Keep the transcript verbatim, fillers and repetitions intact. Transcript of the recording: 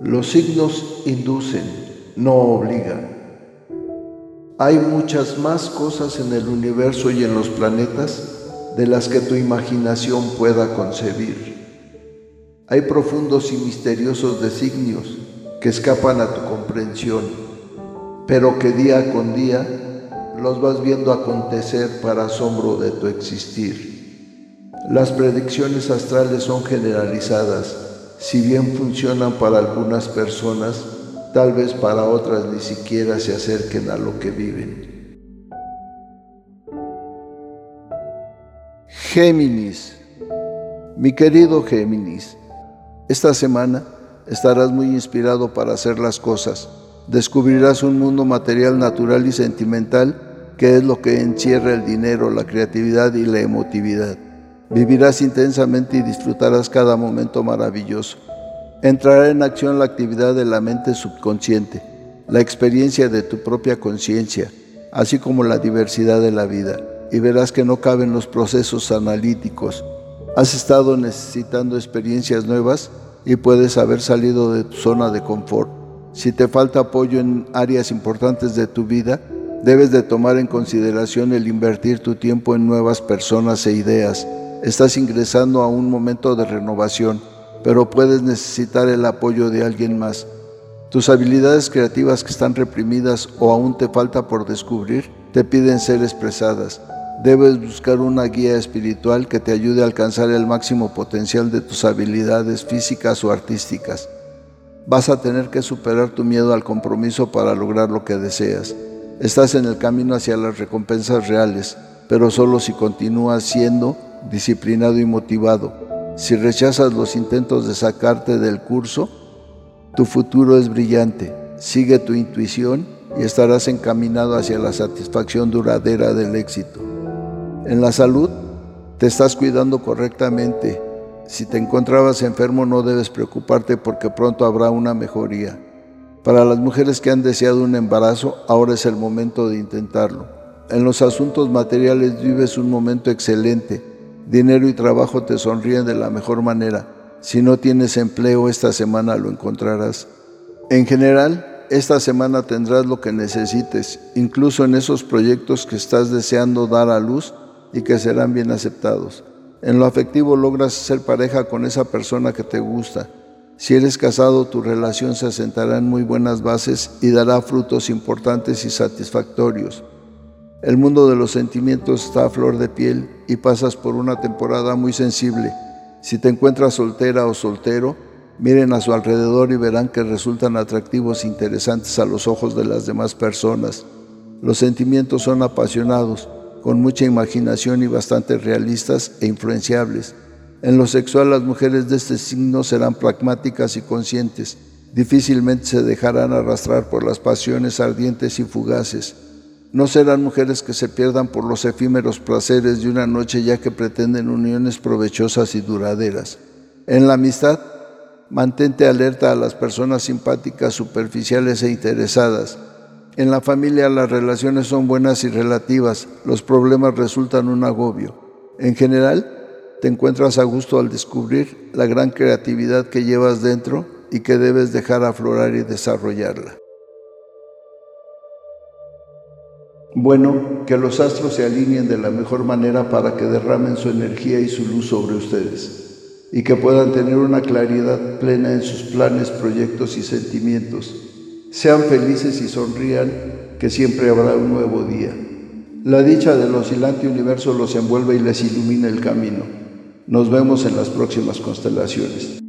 Los signos inducen, no obligan. Hay muchas más cosas en el universo y en los planetas de las que tu imaginación pueda concebir. Hay profundos y misteriosos designios que escapan a tu comprensión, pero que día con día los vas viendo acontecer para asombro de tu existir. Las predicciones astrales son generalizadas. Si bien funcionan para algunas personas, tal vez para otras ni siquiera se acerquen a lo que viven. Géminis. Mi querido Géminis, esta semana estarás muy inspirado para hacer las cosas. Descubrirás un mundo material, natural y sentimental que es lo que encierra el dinero, la creatividad y la emotividad. Vivirás intensamente y disfrutarás cada momento maravilloso. Entrará en acción la actividad de la mente subconsciente, la experiencia de tu propia conciencia, así como la diversidad de la vida, y verás que no caben los procesos analíticos. Has estado necesitando experiencias nuevas y puedes haber salido de tu zona de confort. Si te falta apoyo en áreas importantes de tu vida, debes de tomar en consideración el invertir tu tiempo en nuevas personas e ideas. Estás ingresando a un momento de renovación, pero puedes necesitar el apoyo de alguien más. Tus habilidades creativas que están reprimidas o aún te falta por descubrir, te piden ser expresadas. Debes buscar una guía espiritual que te ayude a alcanzar el máximo potencial de tus habilidades físicas o artísticas. Vas a tener que superar tu miedo al compromiso para lograr lo que deseas. Estás en el camino hacia las recompensas reales, pero solo si continúas siendo disciplinado y motivado. Si rechazas los intentos de sacarte del curso, tu futuro es brillante. Sigue tu intuición y estarás encaminado hacia la satisfacción duradera del éxito. En la salud, te estás cuidando correctamente. Si te encontrabas enfermo, no debes preocuparte porque pronto habrá una mejoría. Para las mujeres que han deseado un embarazo, ahora es el momento de intentarlo. En los asuntos materiales vives un momento excelente. Dinero y trabajo te sonríen de la mejor manera. Si no tienes empleo, esta semana lo encontrarás. En general, esta semana tendrás lo que necesites, incluso en esos proyectos que estás deseando dar a luz y que serán bien aceptados. En lo afectivo logras ser pareja con esa persona que te gusta. Si eres casado, tu relación se asentará en muy buenas bases y dará frutos importantes y satisfactorios. El mundo de los sentimientos está a flor de piel y pasas por una temporada muy sensible. Si te encuentras soltera o soltero, miren a su alrededor y verán que resultan atractivos e interesantes a los ojos de las demás personas. Los sentimientos son apasionados, con mucha imaginación y bastante realistas e influenciables. En lo sexual, las mujeres de este signo serán pragmáticas y conscientes. Difícilmente se dejarán arrastrar por las pasiones ardientes y fugaces. No serán mujeres que se pierdan por los efímeros placeres de una noche, ya que pretenden uniones provechosas y duraderas. En la amistad, mantente alerta a las personas simpáticas, superficiales e interesadas. En la familia, las relaciones son buenas y relativas. Los problemas resultan un agobio. En general, te encuentras a gusto al descubrir la gran creatividad que llevas dentro y que debes dejar aflorar y desarrollarla. Bueno, que los astros se alineen de la mejor manera para que derramen su energía y su luz sobre ustedes y que puedan tener una claridad plena en sus planes, proyectos y sentimientos. Sean felices y sonrían, que siempre habrá un nuevo día. La dicha del oscilante universo los envuelve y les ilumina el camino. Nos vemos en las próximas constelaciones.